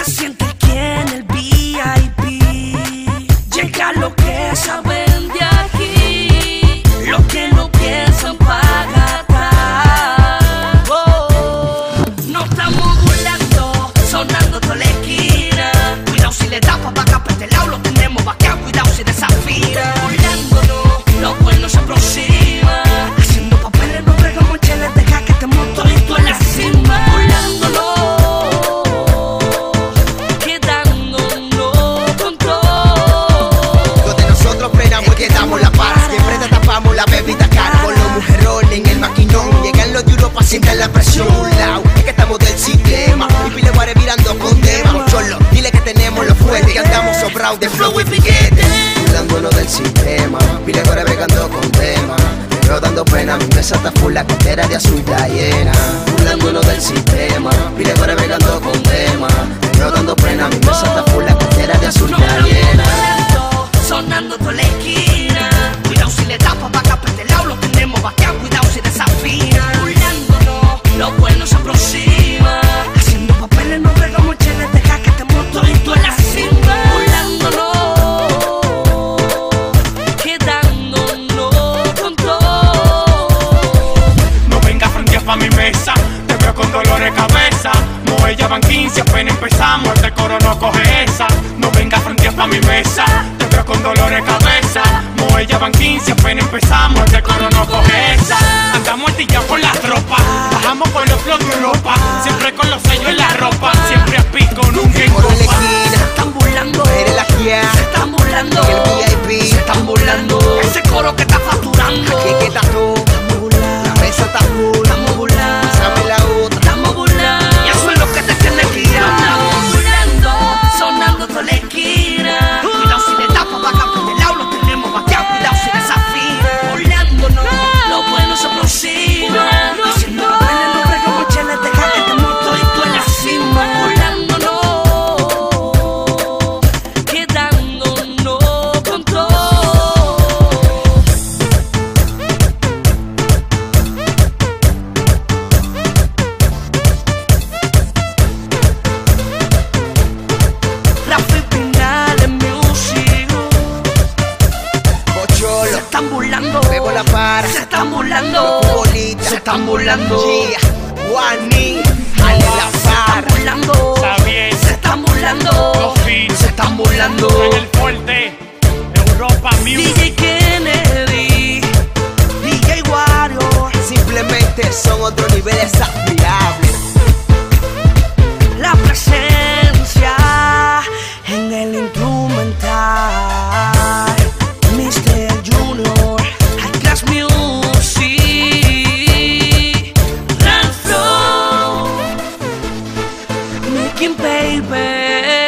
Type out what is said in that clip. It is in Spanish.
Se siente aquí en el VIP. Llega lo que saben de aquí, lo que no piensan pagar. No estamos burlando, sonando toda la esquina. Cuidado si le da pa' acá, para este lado lo tenemos vaqueado. Cuidado si desafina. Burlándonos, lo bueno se aproxima. Haciendo papeles, no pegamos cheles, deja que te monto y tú en la cima. Burlándonos, quedándonos con todo. Lo de nosotros frenamos y quedamos la paz. Siempre te tapamos la bebida cara. Con los mujerones en el maquinón. Llegan los de Europa, sienten la presión. Un lado, es que estamos del sistema. Y pile guare mirando con tema. Cholo, dile que tenemos lo fuerte. Y andamos sobrados de flow y piquete. Burlándonos del sistema. Pile guare pegando con tema. Pero dando pena, mi mesa está full, la cartera de azul está llena. Burlándonos del sistema. Pile guare pegando con tema. Pero dando pena, mi mesa está full, la cartera de azul está llena. Sonando toda la esquina. Cuidado si le da pa' acá, para este lado lo tenemos vaqueado. Cuidado si desafina. Burlándonos, lo bueno se aproxima. Haciendo papeles, no pegamos cheles, deja que te monto y tú en la cima. Burlándonos, quedándonos con todo. No venga frente pa' mi mesa, te veo con dolor de cabeza. Moe ya van 15, apenas empezamos, este coro no coge esa. No venga frente pa' mi mesa, te veo con dolor de cabeza. Moe ya van 15, apenas empezamos, este coro no coge esa. Andamos estillados con las tropas, bajamos con los flows de Europa. Siempre con los sellos en la ropa, siempre a pico, nunca en Por la copa. esquina, Se están burlando, eres la guía. se están burlando, En el VIP, se están burlando. Ese coro que está facturando. aquí es que estás tú. Estamos burlando, La mesa está full. estamos burlando. Sabe la otra. Estamos burlando, y eso es lo que te tiene guiado. Estamos burlando, sonando toda la esquina. Cuidado si le da pa' acá, por el lado lo tenemos vaqueado. Cuidado si desafina. Burlándonos, lo bueno se aproxima. Haciendo papeles, no pegamos cheles, deja que te monto y tú en la cima. Burlándonos, quedándonos con todo. Rafi Pinal en music. Pocholo, Se están burlando, pego la para. se están burlando, Futbolita, se están burlando, yeah. Juaní, ale la se están para. burlando, Sabies, se están burlando, Los Fits, se están burlando. en el fuerte, Europa Music. DJ Kennedy, DJ Wario, Simplemente son otros niveles admirables. la presencia en el instrumental. Mr. Junior, High Class Music, Grand Flow, Making Baby.